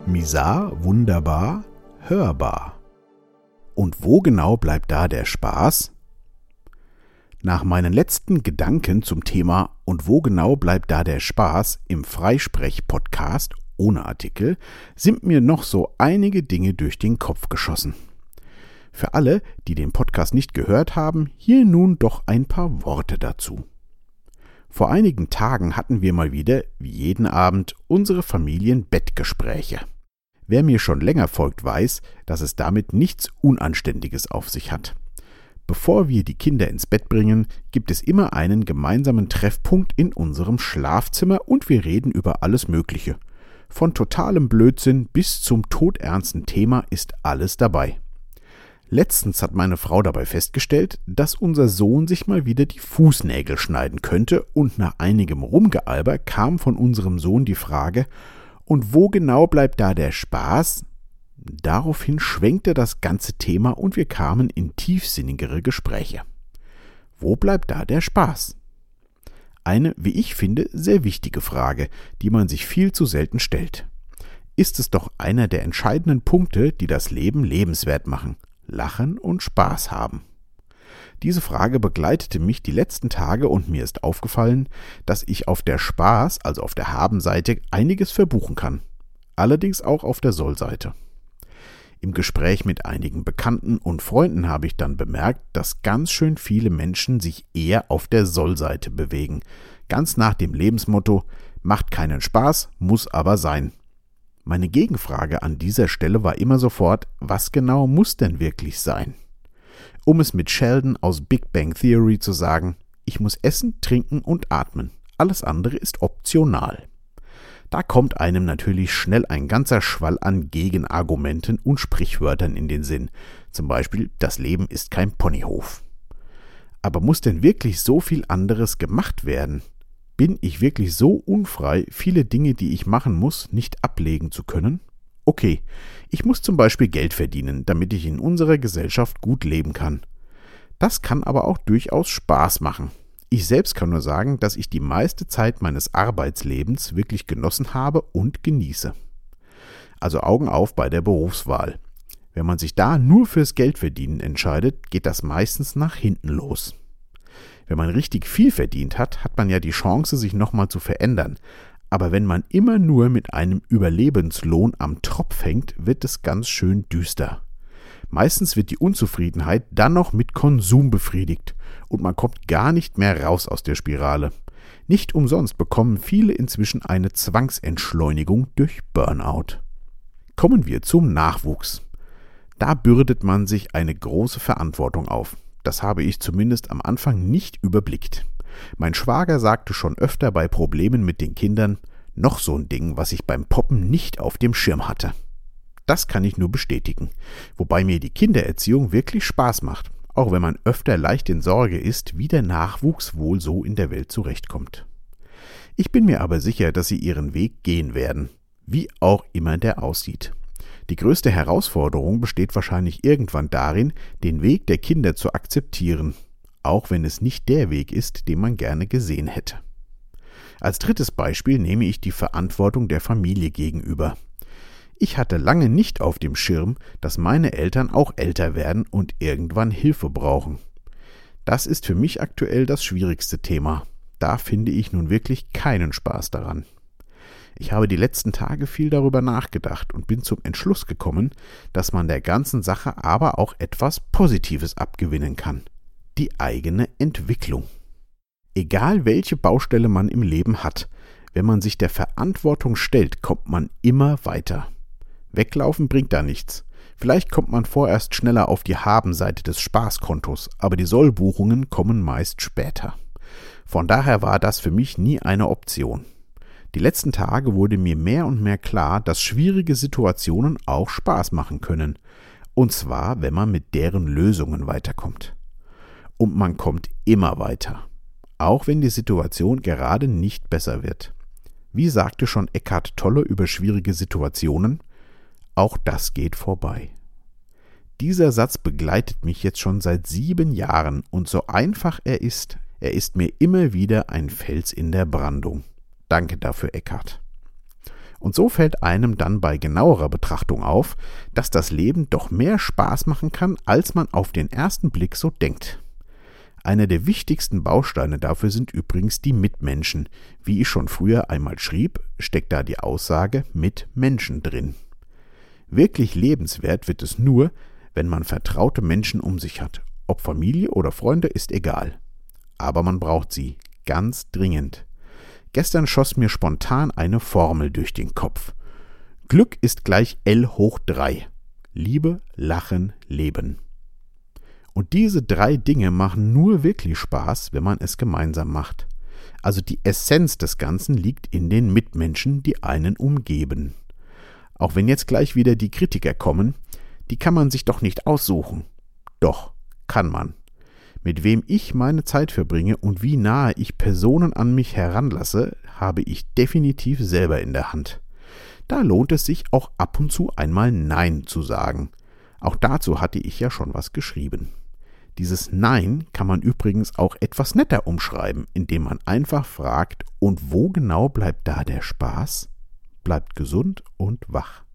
Misar, wunderbar, hörbar. Und wo genau bleibt da der Spaß? Nach meinen letzten Gedanken zum Thema Und wo genau bleibt da der Spaß im Freisprech-Podcast ohne Artikel sind mir noch so einige Dinge durch den Kopf geschossen. Für alle, die den Podcast nicht gehört haben, hier nun doch ein paar Worte dazu. Vor einigen Tagen hatten wir mal wieder, wie jeden Abend, unsere Familien-Bettgespräche. Wer mir schon länger folgt, weiß, dass es damit nichts Unanständiges auf sich hat. Bevor wir die Kinder ins Bett bringen, gibt es immer einen gemeinsamen Treffpunkt in unserem Schlafzimmer und wir reden über alles Mögliche. Von totalem Blödsinn bis zum todernsten Thema ist alles dabei. Letztens hat meine Frau dabei festgestellt, dass unser Sohn sich mal wieder die Fußnägel schneiden könnte und nach einigem Rumgealber kam von unserem Sohn die Frage: Und wo genau bleibt da der Spaß? Daraufhin schwenkte das ganze Thema und wir kamen in tiefsinnigere Gespräche. Wo bleibt da der Spaß? Eine, wie ich finde, sehr wichtige Frage, die man sich viel zu selten stellt. Ist es doch einer der entscheidenden Punkte, die das Leben lebenswert machen: Lachen und Spaß haben. Diese Frage begleitete mich die letzten Tage und mir ist aufgefallen, dass ich auf der Spaß, also auf der Haben-Seite, einiges verbuchen kann. Allerdings auch auf der Soll-Seite. Im Gespräch mit einigen Bekannten und Freunden habe ich dann bemerkt, dass ganz schön viele Menschen sich eher auf der Soll-Seite bewegen. Ganz nach dem Lebensmotto: Macht keinen Spaß, muss aber sein. Meine Gegenfrage an dieser Stelle war immer sofort: Was genau muss denn wirklich sein? Um es mit Sheldon aus Big Bang Theory zu sagen: Ich muss essen, trinken und atmen. Alles andere ist optional. Da kommt einem natürlich schnell ein ganzer Schwall an Gegenargumenten und Sprichwörtern in den Sinn. Zum Beispiel: Das Leben ist kein Ponyhof. Aber muss denn wirklich so viel anderes gemacht werden? Bin ich wirklich so unfrei, viele Dinge, die ich machen muss, nicht ablegen zu können? Okay, ich muss zum Beispiel Geld verdienen, damit ich in unserer Gesellschaft gut leben kann. Das kann aber auch durchaus Spaß machen. Ich selbst kann nur sagen, dass ich die meiste Zeit meines Arbeitslebens wirklich genossen habe und genieße. Also Augen auf bei der Berufswahl. Wenn man sich da nur fürs Geldverdienen entscheidet, geht das meistens nach hinten los. Wenn man richtig viel verdient hat, hat man ja die Chance, sich nochmal zu verändern. Aber wenn man immer nur mit einem Überlebenslohn am Tropf hängt, wird es ganz schön düster. Meistens wird die Unzufriedenheit dann noch mit Konsum befriedigt und man kommt gar nicht mehr raus aus der Spirale. Nicht umsonst bekommen viele inzwischen eine Zwangsentschleunigung durch Burnout. Kommen wir zum Nachwuchs. Da bürdet man sich eine große Verantwortung auf. Das habe ich zumindest am Anfang nicht überblickt. Mein Schwager sagte schon öfter bei Problemen mit den Kindern: Noch so ein Ding, was ich beim Poppen nicht auf dem Schirm hatte. Das kann ich nur bestätigen, wobei mir die Kindererziehung wirklich Spaß macht, auch wenn man öfter leicht in Sorge ist, wie der Nachwuchs wohl so in der Welt zurechtkommt. Ich bin mir aber sicher, dass sie ihren Weg gehen werden, wie auch immer der aussieht. Die größte Herausforderung besteht wahrscheinlich irgendwann darin, den Weg der Kinder zu akzeptieren, auch wenn es nicht der Weg ist, den man gerne gesehen hätte. Als drittes Beispiel nehme ich die Verantwortung der Familie gegenüber. Ich hatte lange nicht auf dem Schirm, dass meine Eltern auch älter werden und irgendwann Hilfe brauchen. Das ist für mich aktuell das schwierigste Thema. Da finde ich nun wirklich keinen Spaß daran. Ich habe die letzten Tage viel darüber nachgedacht und bin zum Entschluss gekommen, dass man der ganzen Sache aber auch etwas Positives abgewinnen kann: Die eigene Entwicklung. Egal welche Baustelle man im Leben hat, wenn man sich der Verantwortung stellt, kommt man immer weiter. Weglaufen bringt da nichts. Vielleicht kommt man vorerst schneller auf die Haben-Seite des Spaßkontos, aber die Sollbuchungen kommen meist später. Von daher war das für mich nie eine Option. Die letzten Tage wurde mir mehr und mehr klar, dass schwierige Situationen auch Spaß machen können. Und zwar, wenn man mit deren Lösungen weiterkommt. Und man kommt immer weiter. Auch wenn die Situation gerade nicht besser wird. Wie sagte schon Eckhart Tolle über schwierige Situationen: Auch das geht vorbei. Dieser Satz begleitet mich jetzt schon seit 7 Jahren und so einfach er ist mir immer wieder ein Fels in der Brandung. Danke dafür, Eckhart. Und so fällt einem dann bei genauerer Betrachtung auf, dass das Leben doch mehr Spaß machen kann, als man auf den ersten Blick so denkt. Einer der wichtigsten Bausteine dafür sind übrigens die Mitmenschen. Wie ich schon früher einmal schrieb, steckt da die Aussage mit Menschen drin. Wirklich lebenswert wird es nur, wenn man vertraute Menschen um sich hat. Ob Familie oder Freunde ist egal. Aber man braucht sie, ganz dringend. Gestern schoss mir spontan eine Formel durch den Kopf. Glück ist gleich L hoch 3. Liebe, Lachen, Leben. Und diese 3 Dinge machen nur wirklich Spaß, wenn man es gemeinsam macht. Also die Essenz des Ganzen liegt in den Mitmenschen, die einen umgeben. Auch wenn jetzt gleich wieder die Kritiker kommen, die kann man sich doch nicht aussuchen. Doch, kann man. Mit wem ich meine Zeit verbringe und wie nahe ich Personen an mich heranlasse, habe ich definitiv selber in der Hand. Da lohnt es sich auch ab und zu einmal Nein zu sagen. Auch dazu hatte ich ja schon was geschrieben. Dieses Nein kann man übrigens auch etwas netter umschreiben, indem man einfach fragt, und wo genau bleibt da der Spaß? Bleibt gesund und wach.